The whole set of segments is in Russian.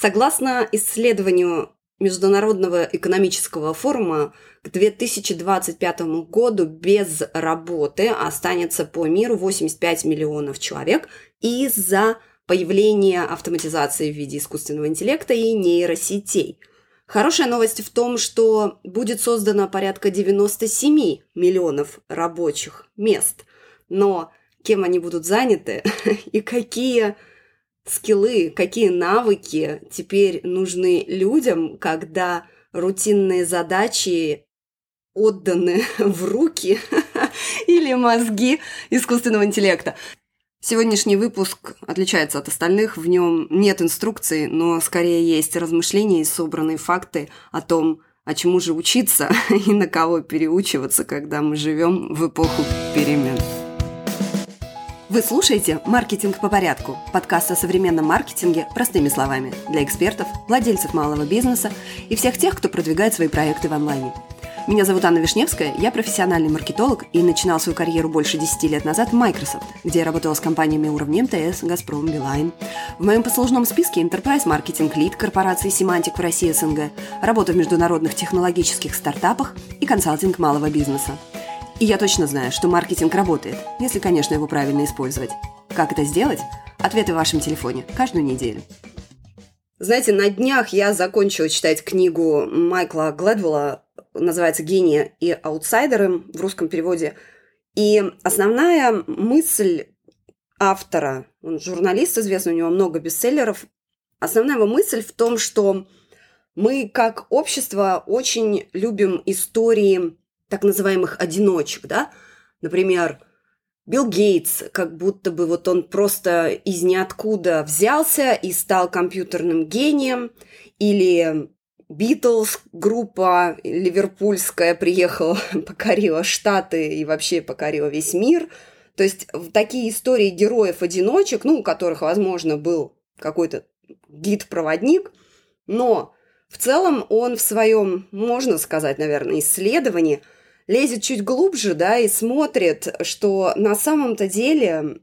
Согласно исследованию Международного экономического форума, к 2025 году без работы останется по миру 85 миллионов человек из-за появления автоматизации в виде искусственного интеллекта и нейросетей. Хорошая новость в том, что будет создано порядка 97 миллионов рабочих мест. Но кем они будут заняты и какие скиллы, какие навыки теперь нужны людям, когда рутинные задачи отданы в руки или мозги искусственного интеллекта. Сегодняшний выпуск отличается от остальных, в нем нет инструкций, но скорее есть размышления и собранные факты о том, а чему же учиться и на кого переучиваться, когда мы живем в эпоху перемен. Вы слушаете «Маркетинг по порядку» – подкаст о современном маркетинге простыми словами для экспертов, владельцев малого бизнеса и всех тех, кто продвигает свои проекты в онлайне. Меня зовут Анна Вишневская, я профессиональный маркетолог и начинал свою карьеру больше 10 лет назад в Microsoft, где я работала с компаниями уровня МТС, Газпром, Билайн. В моем послужном списке Enterprise Marketing Lead корпорации Symantec в России СНГ, работа в международных технологических стартапах и консалтинг малого бизнеса. И я точно знаю, что маркетинг работает, если, конечно, его правильно использовать. Как это сделать? Ответы в вашем телефоне каждую неделю. Знаете, на днях я закончила читать книгу Майкла Глэдвелла, называется «Гении и аутсайдеры» в русском переводе. И основная мысль автора, он журналист известный, у него много бестселлеров, основная его мысль в том, что мы как общество очень любим истории так называемых одиночек, да? Например, Билл Гейтс, как будто бы вот он просто из ниоткуда взялся и стал компьютерным гением, или Битлз, группа ливерпульская, приехала, покорила Штаты и вообще покорила весь мир. То есть такие истории героев-одиночек, у которых, возможно, был какой-то гид-проводник, но в целом он в своем, можно сказать, наверное, исследовании лезет чуть глубже, да, и смотрит, что на самом-то деле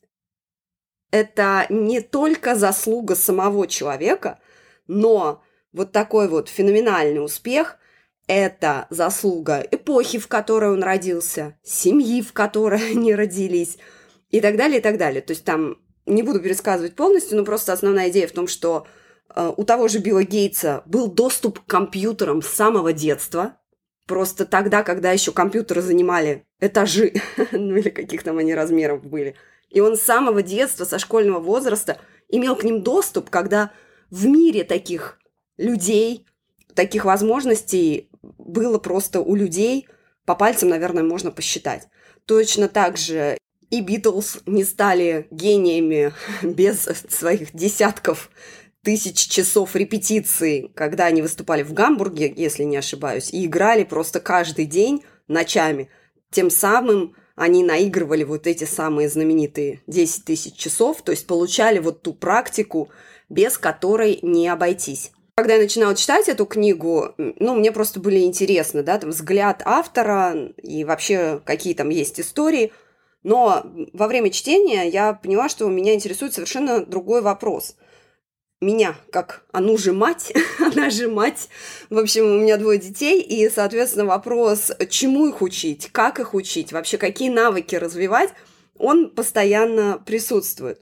это не только заслуга самого человека, но вот такой вот феноменальный успех – это заслуга эпохи, в которой он родился, семьи, в которой они родились, и так далее, и так далее. То есть там не буду пересказывать полностью, но просто основная идея в том, что у того же Билла Гейтса был доступ к компьютерам с самого детства, просто тогда, когда еще компьютеры занимали этажи, или каких там они размеров были. И он с самого детства, со школьного возраста имел к ним доступ, когда в мире таких людей, таких возможностей было просто у людей, по пальцам, наверное, можно посчитать. Точно так же и Битлз не стали гениями без своих десятков тысяч часов репетиций, когда они выступали в Гамбурге, если не ошибаюсь, и играли просто каждый день ночами. Тем самым они наигрывали вот эти самые знаменитые 10 тысяч часов, то есть получали вот ту практику, без которой не обойтись. Когда я начинала читать эту книгу, мне просто были интересны, да, там взгляд автора и вообще какие там есть истории. Но во время чтения я поняла, что меня интересует совершенно другой вопрос. Меня, как Ану же мать, она же мать. В общем, у меня 2 детей, и, соответственно, вопрос, чему их учить, как их учить, вообще какие навыки развивать, он постоянно присутствует.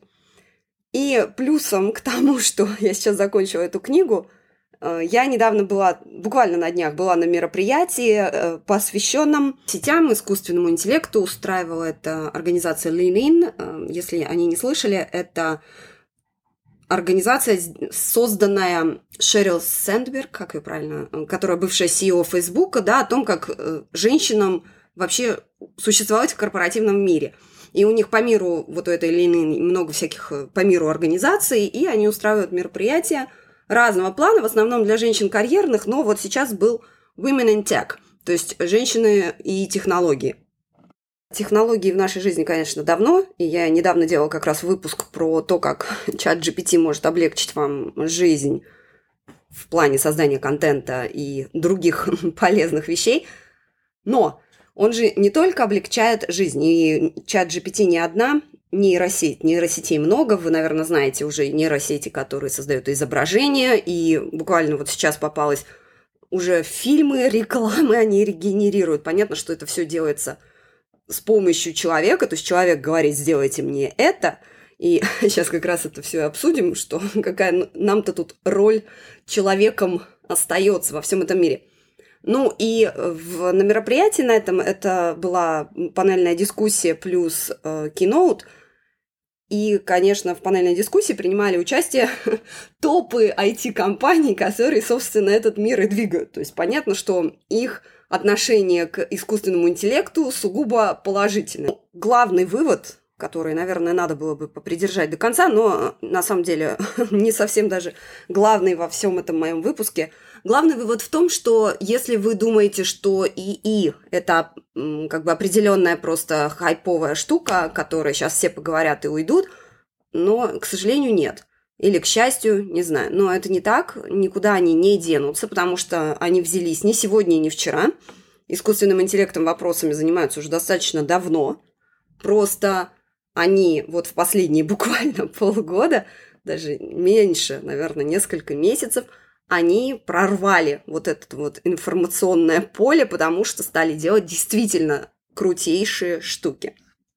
И плюсом к тому, что я сейчас закончила эту книгу, я недавно была, буквально на днях, была на мероприятии, посвященном сетям, искусственному интеллекту. Устраивала это организация Lean-In. Если они не слышали, это организация, созданная Шерил Сэндберг, как ее правильно, которая бывшая CEO Фейсбука, да, о том, как женщинам вообще существовать в корпоративном мире. И у них по миру, вот у этой Lean-In, много всяких по миру организаций, и они устраивают мероприятия разного плана, в основном для женщин карьерных, но вот сейчас был Women in Tech, то есть женщины и технологии. Технологии в нашей жизни, конечно, давно, и я недавно делала как раз выпуск про то, как ChatGPT может облегчить вам жизнь в плане создания контента и других полезных вещей, но он же не только облегчает жизнь, и ChatGPT не одна нейросеть. Нейросетей много, вы, наверное, знаете уже нейросети, которые создают изображения, и буквально вот сейчас попалось уже фильмы, рекламы, они регенерируют. Понятно, что это все делается с помощью человека, то есть человек говорит: сделайте мне это, и сейчас как раз это все обсудим, что какая нам-то тут роль человеком остается во всем этом мире. Ну и на мероприятии на этом это была панельная дискуссия плюс keynote. И, конечно, в панельной дискуссии принимали участие топы IT-компаний, которые, собственно, этот мир и двигают. То есть понятно, что их отношение к искусственному интеллекту сугубо положительное. Главный вывод, который, наверное, надо было бы попридержать до конца, но на самом деле не совсем даже главный во всем этом моем выпуске. Главный вывод в том, что если вы думаете, что ИИ – это как бы определенная просто хайповая штука, которой сейчас все поговорят и уйдут, но, к сожалению, нет. Или, к счастью, не знаю. Но это не так, никуда они не денутся, потому что они взялись не сегодня и не вчера. Искусственным интеллектом вопросами занимаются уже достаточно давно. Просто они вот в последние буквально полгода, даже меньше, наверное, несколько месяцев, они прорвали вот это вот информационное поле, потому что стали делать действительно крутейшие штуки.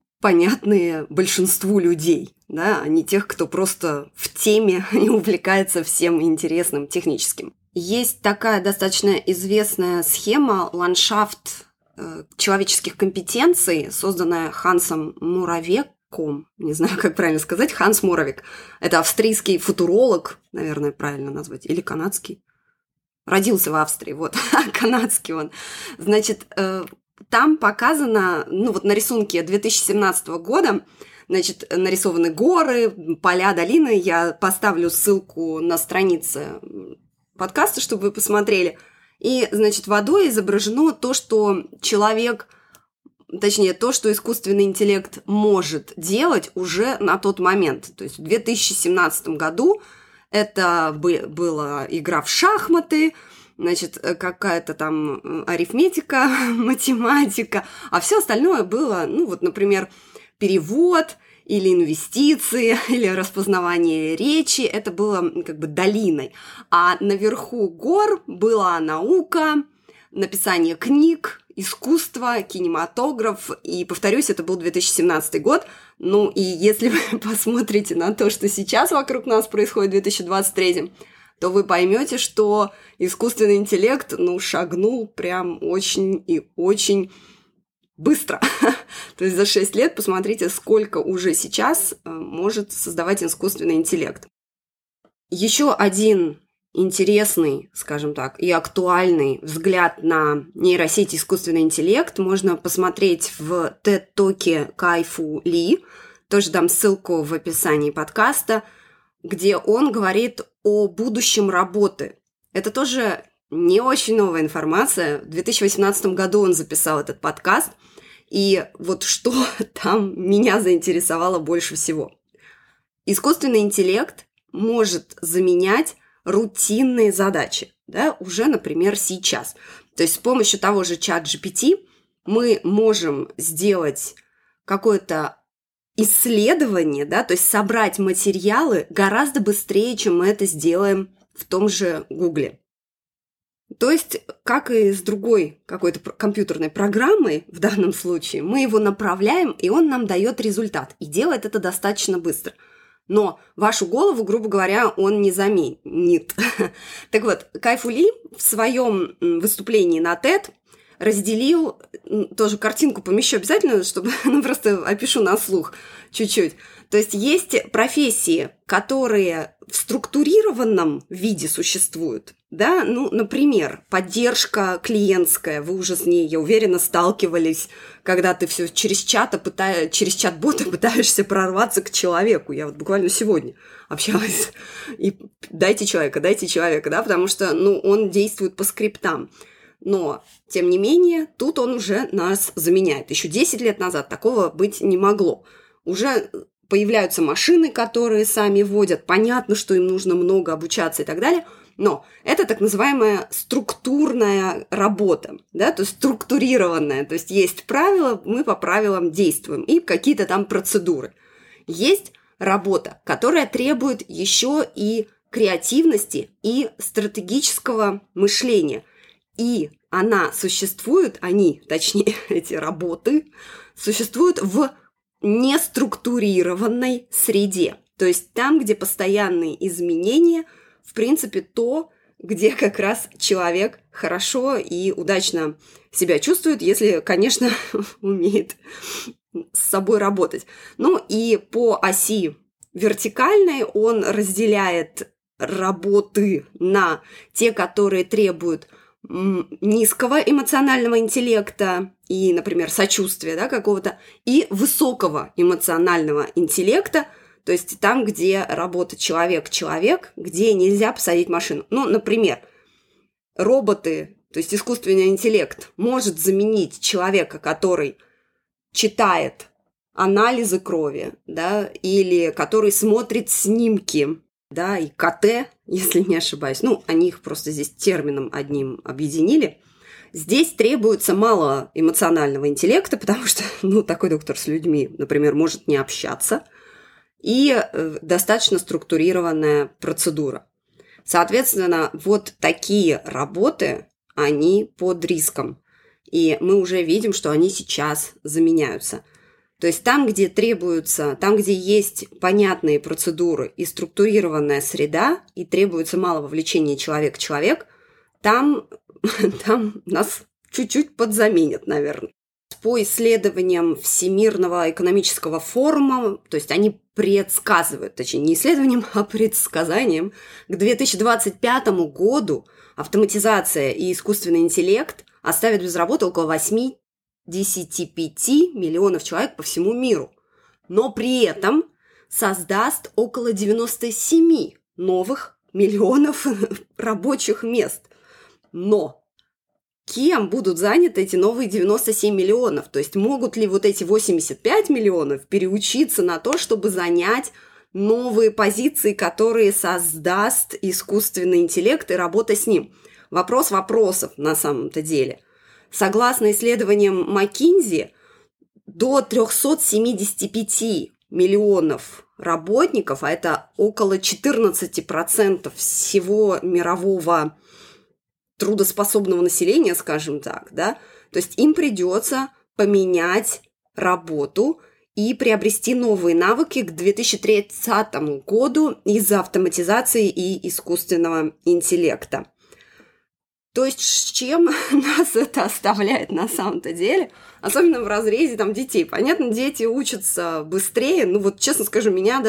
Понятные большинству людей, да, а не тех, кто просто в теме и увлекается всем интересным техническим. Есть такая достаточно известная схема ландшафт человеческих компетенций, созданная Хансом Моровеком, не знаю, как правильно сказать, Ханс Моровек. Это австрийский футуролог, наверное, правильно назвать, или канадский. Родился в Австрии, вот, канадский он. Значит, там показано, ну вот на рисунке 2017 года, значит, нарисованы горы, поля, долины. Я поставлю ссылку на странице подкаста, чтобы вы посмотрели. И, значит, водой изображено то, что человек, точнее, то, что искусственный интеллект может делать уже на тот момент. То есть в 2017 году это была игра в шахматы, значит, какая-то там арифметика, математика, а все остальное было, ну вот, например, перевод или инвестиции, или распознавание речи, это было как бы долиной. А наверху гор была наука, написание книг, искусство, кинематограф. И, повторюсь, это был 2017 год. Ну, и если вы посмотрите на то, что сейчас вокруг нас происходит в 2023, то вы поймете, что искусственный интеллект, ну, шагнул прям очень и очень быстро. То есть за 6 лет посмотрите, сколько уже сейчас может создавать искусственный интеллект. Еще один интересный, скажем так, и актуальный взгляд на нейросеть и искусственный интеллект можно посмотреть в TED-токе Кай-Фу Ли, тоже дам ссылку в описании подкаста, где он говорит о будущем работы. Это тоже не очень новая информация. В 2018 году он записал этот подкаст, и вот что там меня заинтересовало больше всего. Искусственный интеллект может заменять рутинные задачи, да, уже, например, сейчас. То есть с помощью того же ChatGPT мы можем сделать какое-то исследование, да, то есть собрать материалы гораздо быстрее, чем мы это сделаем в том же Гугле. То есть, как и с другой какой-то компьютерной программой, в данном случае, мы его направляем, и он нам дает результат. И делает это достаточно быстро. Но вашу голову, грубо говоря, он не заменит. Так вот, Кай-Фу Ли в своем выступлении на TED разделил, тоже картинку помещу обязательно, чтобы, ну, просто опишу на слух чуть-чуть. То есть профессии, которые в структурированном виде существуют, да, ну, например, поддержка клиентская, вы уже с ней, я уверена, сталкивались, когда ты все через чат-бота пытаешься прорваться к человеку. Я вот буквально сегодня общалась, и дайте человека, да, потому что, ну, он действует по скриптам. Но, тем не менее, тут он уже нас заменяет. Еще 10 лет назад такого быть не могло. Уже появляются машины, которые сами водят. Понятно, что им нужно много обучаться и так далее. Но это так называемая структурная работа, да, то есть структурированная. То есть есть правила, мы по правилам действуем и какие-то там процедуры. Есть работа, которая требует еще и креативности и стратегического мышления. И она существует, точнее, эти работы, существуют в неструктурированной среде. То есть там, где постоянные изменения, в принципе, то, где как раз человек хорошо и удачно себя чувствует, если, конечно, умеет с собой работать. Ну и по оси вертикальной он разделяет работы на те, которые требуют низкого эмоционального интеллекта и, например, сочувствия, да, какого-то, и высокого эмоционального интеллекта, то есть там, где работа человек-человек, где нельзя посадить машину. Ну, например, роботы, то есть искусственный интеллект может заменить человека, который читает анализы крови, да, или который смотрит снимки, да, и КТ, если не ошибаюсь. Ну, они их просто здесь термином одним объединили. Здесь требуется мало эмоционального интеллекта, потому что, такой доктор с людьми, например, может не общаться, и достаточно структурированная процедура. Соответственно, вот такие работы, они под риском. И мы уже видим, что они сейчас заменяются. То есть там, где есть понятные процедуры и структурированная среда, и требуется мало вовлечения человек-человек, там нас чуть-чуть подзаменят, наверное. По исследованиям Всемирного экономического форума, то есть они предсказывают, точнее не исследованием, а предсказанием, к 2025 году автоматизация и искусственный интеллект оставят без работы около 85 миллионов человек по всему миру, но при этом создаст около 97 новых миллионов рабочих мест. Но кем будут заняты эти новые 97 миллионов? То есть могут ли вот эти 85 миллионов переучиться на то, чтобы занять новые позиции, которые создаст искусственный интеллект и работа с ним? Вопрос вопросов на самом-то деле. Согласно исследованиям McKinsey, до 375 миллионов работников, а это около 14% всего мирового трудоспособного населения, скажем так, да, то есть им придется поменять работу и приобрести новые навыки к 2030 году из-за автоматизации и искусственного интеллекта. То есть с чем нас это оставляет на самом-то деле, особенно в разрезе детей. Понятно, дети учатся быстрее, честно скажу, меня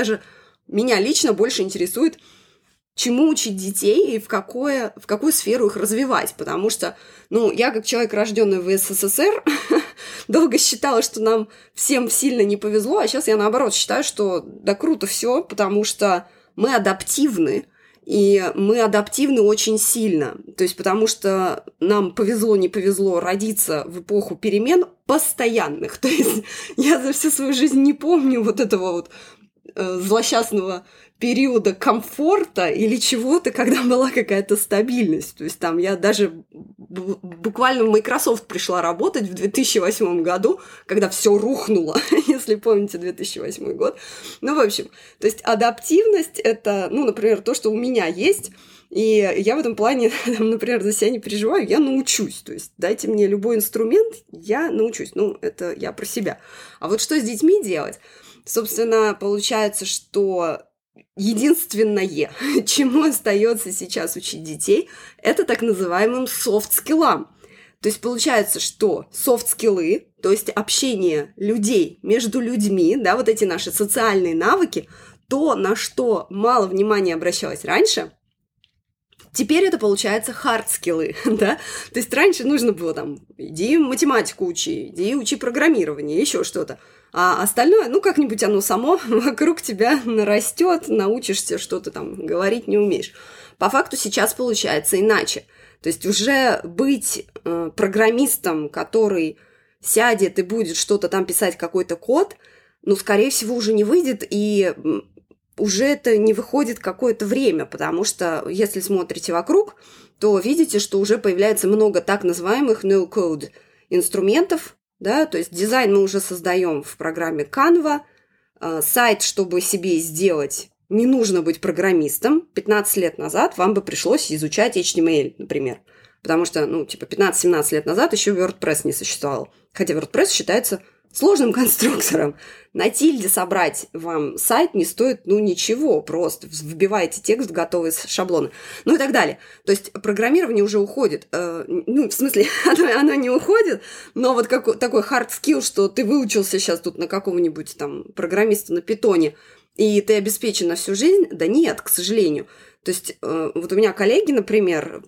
лично больше интересует, чему учить детей и в какую сферу их развивать, потому что, я как человек, рожденный в СССР, долго считала, что нам всем сильно не повезло, а сейчас я наоборот считаю, что да круто все, потому что мы адаптивны, и мы адаптивны очень сильно, то есть потому что нам повезло-не повезло родиться в эпоху перемен постоянных, то есть я за всю свою жизнь не помню вот этого злосчастного периода комфорта или чего-то, когда была какая-то стабильность. То есть я даже буквально в Microsoft пришла работать в 2008 году, когда все рухнуло, если помните 2008 год. В общем, то есть адаптивность – это, например, то, что у меня есть, и я в этом плане, например, за себя не переживаю, я научусь. То есть дайте мне любой инструмент, я научусь. Это я про себя. А вот что с детьми делать? Собственно, получается, что единственное, чему остается сейчас учить детей, это так называемым софт-скиллам. То есть получается, что софт-скиллы, то есть общение людей между людьми, да, вот эти наши социальные навыки, то, на что мало внимания обращалось раньше, теперь это получается хард-скиллы, да? То есть раньше нужно было иди математику учи, иди учи программирование, еще что-то. А остальное, как-нибудь оно само вокруг тебя нарастет, научишься что-то говорить не умеешь. По факту сейчас получается иначе. То есть уже быть программистом, который сядет и будет что-то писать, какой-то код, скорее всего, уже не выйдет, и уже это не выходит какое-то время, потому что, если смотрите вокруг, то видите, что уже появляется много так называемых no-code инструментов, да, то есть дизайн мы уже создаем в программе Canva, Сайт, чтобы себе сделать, не нужно быть программистом. 15 лет назад вам бы пришлось изучать HTML, например. Потому что, 15-17 лет назад еще WordPress не существовал. Хотя WordPress считается сложным конструктором. На тильде собрать вам сайт не стоит, ничего. Просто вбиваете текст в готовые шаблоны. И так далее. То есть программирование уже уходит. В смысле, оно не уходит, но вот такой hard skill, что ты выучился сейчас тут на какого-нибудь там программиста на питоне, и ты обеспечен на всю жизнь? Да нет, к сожалению. То есть вот у меня коллеги, например,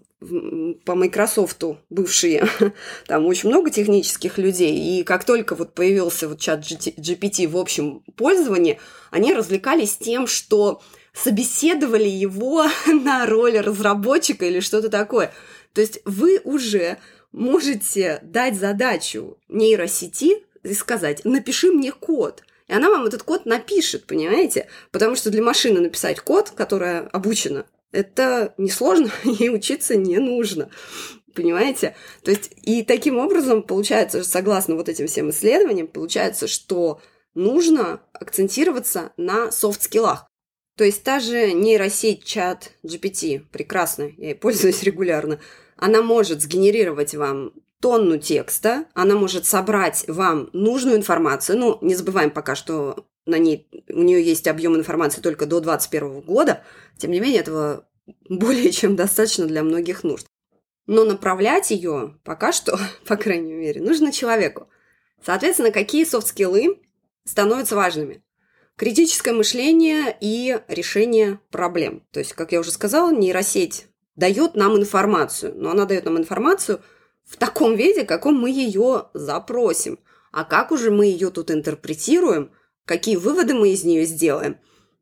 по Microsoft бывшие, там очень много технических людей, и как только вот появился вот чат GPT в общем пользовании, они развлекались тем, что собеседовали его на роль разработчика или что-то такое. То есть вы уже можете дать задачу нейросети и сказать: напиши мне код. И она вам этот код напишет, понимаете? Потому что для машины написать код, которая обучена, это несложно, ей учиться не нужно. Понимаете? То есть, и таким образом, получается, согласно вот этим всем исследованиям, получается, что нужно акцентироваться на софт-скиллах. То есть, та же нейросеть чат GPT, прекрасно, я ей пользуюсь регулярно, она может сгенерировать вам тонну текста, она может собрать вам нужную информацию. Не забываем пока, что у нее есть объем информации только до 2021 года. Тем не менее, этого более чем достаточно для многих нужд. Но направлять ее пока что, по крайней мере, нужно человеку. Соответственно, какие софт-скиллы становятся важными? Критическое мышление и решение проблем. То есть, как я уже сказала, нейросеть дает нам информацию, но она дает нам информацию в таком виде, каком мы ее запросим. А как уже мы ее тут интерпретируем, какие выводы мы из нее сделаем,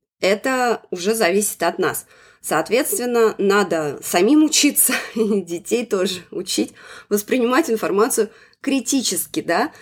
это уже зависит от нас. Соответственно, надо самим учиться, и детей тоже учить, воспринимать информацию критически, да.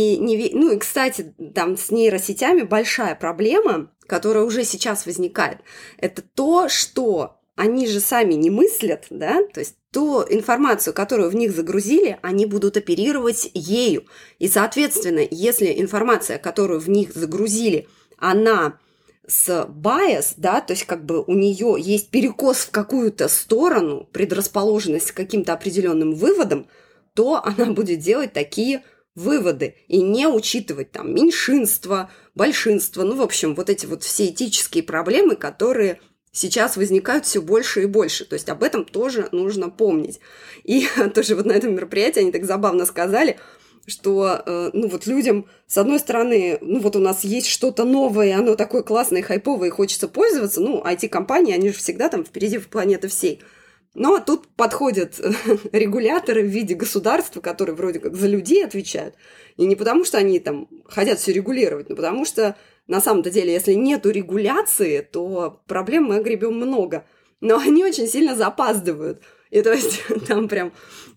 И, кстати, там с нейросетями большая проблема, которая уже сейчас возникает, это то, что они же сами не мыслят, да, то есть ту информацию, которую в них загрузили, они будут оперировать ею. И, соответственно, если информация, которую в них загрузили, она с bias, да, то есть как бы у нее есть перекос в какую-то сторону, предрасположенность к каким-то определенным выводам, то она будет делать такие выводы и не учитывать там меньшинство, большинство, в общем, вот эти вот все этические проблемы, которые сейчас возникают все больше и больше. То есть об этом тоже нужно помнить. И тоже вот на этом мероприятии они так забавно сказали, что, людям, с одной стороны, у нас есть что-то новое, оно такое классное, хайповое, и хочется пользоваться. IT-компании, они же всегда там впереди планеты всей. Но тут подходят регуляторы в виде государства, которые вроде как за людей отвечают. И не потому, что они там хотят все регулировать, но потому что на самом-то деле, если нету регуляции, то проблем мы огребем много. Но они очень сильно запаздывают. И то есть там прям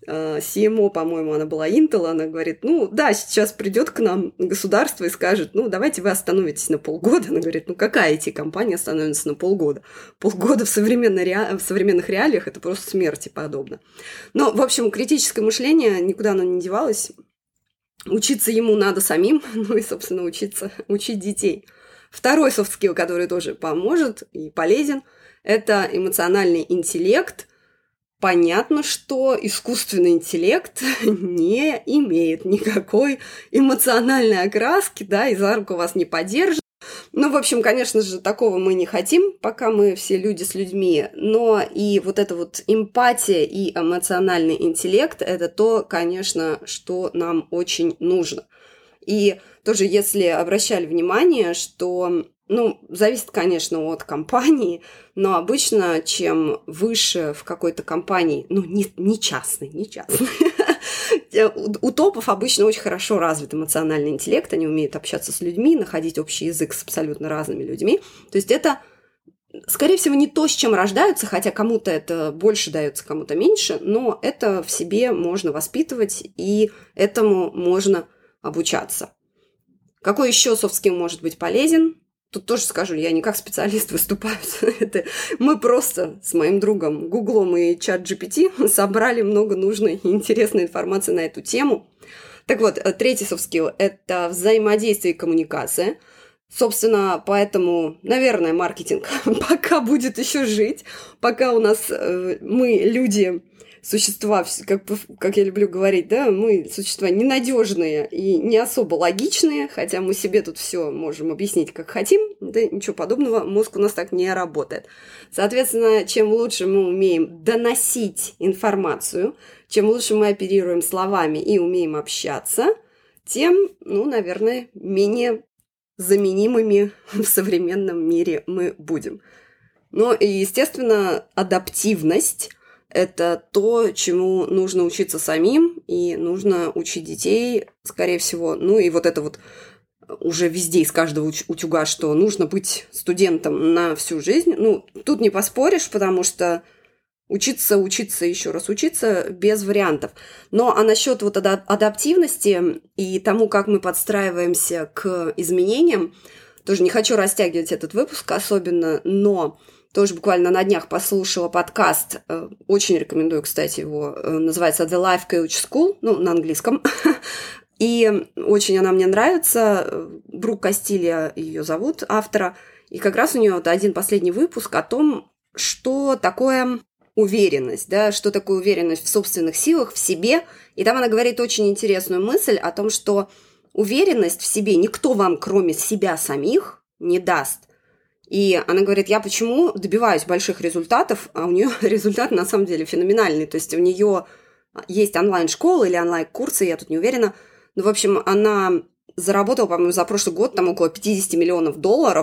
CMO, по-моему, она была Intel, она говорит, сейчас придет к нам государство и скажет, давайте вы остановитесь на полгода. Она говорит, какая IT-компания остановится на полгода? Полгода в современных реалиях это просто смерти подобно. Но, в общем, критическое мышление, никуда оно не девалось. Учиться ему надо самим, и, собственно, учить детей. Второй софт-скилл, который тоже поможет и полезен, это эмоциональный интеллект. Понятно, что искусственный интеллект не имеет никакой эмоциональной окраски, да, и за руку вас не поддержит. В общем, конечно же, такого мы не хотим, пока мы все люди с людьми, но и вот эта вот эмпатия и эмоциональный интеллект – это то, конечно, что нам очень нужно. И тоже, если обращали внимание, что, зависит, конечно, от компании, но обычно, чем выше в какой-то компании, не частной, у топов обычно очень хорошо развит эмоциональный интеллект, они умеют общаться с людьми, находить общий язык с абсолютно разными людьми. То есть это, скорее всего, не то, с чем рождаются, хотя кому-то это больше дается, кому-то меньше, но это в себе можно воспитывать, и этому можно обучаться. Какой еще софт-скилл может быть полезен? Тут тоже скажу, я не как специалист выступаю. Это мы просто с моим другом Гуглом и чат GPT собрали много нужной и интересной информации на эту тему. Так вот, третий soft skill – это взаимодействие и коммуникация. Собственно, поэтому, наверное, маркетинг пока будет еще жить, пока у нас мы, люди, существа, как я люблю говорить, да, мы существа ненадежные и не особо логичные, хотя мы себе тут все можем объяснить, как хотим, да ничего подобного, мозг у нас так не работает. Соответственно, чем лучше мы умеем доносить информацию, чем лучше мы оперируем словами и умеем общаться, тем, наверное, менее заменимыми в современном мире мы будем. Но и, естественно, адаптивность – это то, чему нужно учиться самим, и нужно учить детей, скорее всего. И вот это вот уже везде из каждого утюга, что нужно быть студентом на всю жизнь. Тут не поспоришь, потому что учиться, еще раз учиться без вариантов. А насчет вот адаптивности и тому, как мы подстраиваемся к изменениям, тоже не хочу растягивать этот выпуск особенно, но тоже буквально на днях послушала подкаст, очень рекомендую, кстати, его, называется The Life Coach School, на английском, и очень она мне нравится, Брук Кастильо ее зовут, автора, и как раз у нее вот один последний выпуск о том, что такое уверенность, да, что такое уверенность в собственных силах, в себе. И там она говорит очень интересную мысль о том, что уверенность в себе никто вам, кроме себя самих, не даст. И она говорит, я почему добиваюсь больших результатов, а у нее результат на самом деле феноменальный. То есть у нее есть онлайн-школа или онлайн-курсы, я тут не уверена. В общем, она заработала, по-моему, за прошлый год там около $50 миллионов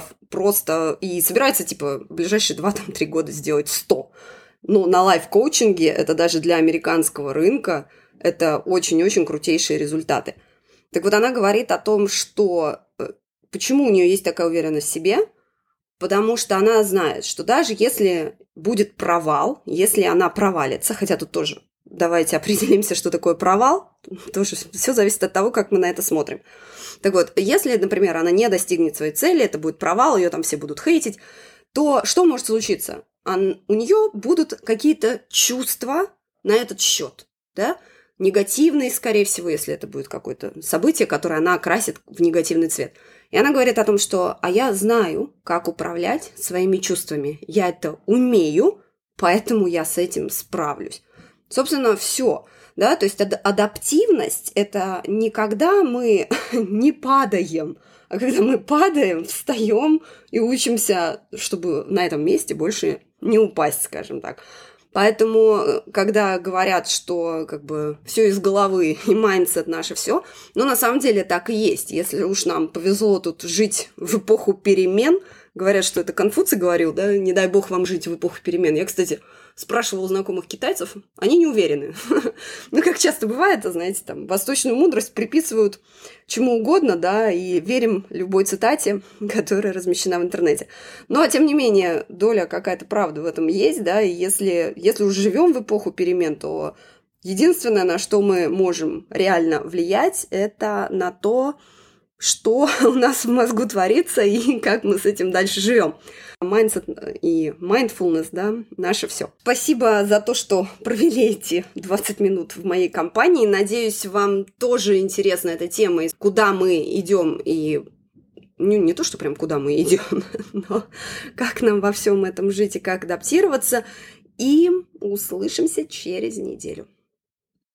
просто и собирается, в ближайшие 2-3 года сделать 100. На лайф-коучинге, это даже для американского рынка, это очень-очень крутейшие результаты. Так вот, она говорит о том, что почему у нее есть такая уверенность в себе, потому что она знает, что даже если будет провал, если она провалится, хотя тут тоже давайте определимся, что такое провал, тоже все зависит от того, как мы на это смотрим. Так вот, если, например, она не достигнет своей цели, это будет провал, ее там все будут хейтить, то что может случиться? У нее будут какие-то чувства на этот счет, да? Негативные, скорее всего, если это будет какое-то событие, которое она окрасит в негативный цвет. И она говорит о том, что «а я знаю, как управлять своими чувствами. Я это умею, поэтому я с этим справлюсь». Собственно, все. Да? То есть адаптивность – это не когда мы не падаем, а когда мы падаем, встаем и учимся, чтобы на этом месте больше не упасть, скажем так. Поэтому, когда говорят, что все из головы и майндсет наше все, на самом деле так и есть. Если уж нам повезло тут жить в эпоху перемен, говорят, что это Конфуций говорил, да, не дай бог вам жить в эпоху перемен. Я, кстати, спрашивала у знакомых китайцев, они не уверены. Как часто бывает, знаете, восточную мудрость приписывают чему угодно, да, и верим любой цитате, которая размещена в интернете. Но, тем не менее, доля какая-то правды в этом есть, да, и если уже живем в эпоху перемен, то единственное, на что мы можем реально влиять, это на то, что у нас в мозгу творится и как мы с этим дальше живем. Майндсет и mindfulness, да, наше все. Спасибо за то, что провели эти 20 минут в моей компании. Надеюсь, вам тоже интересна эта тема, куда мы идем и не то, что прям куда мы идем, но как нам во всем этом жить и как адаптироваться. И услышимся через неделю.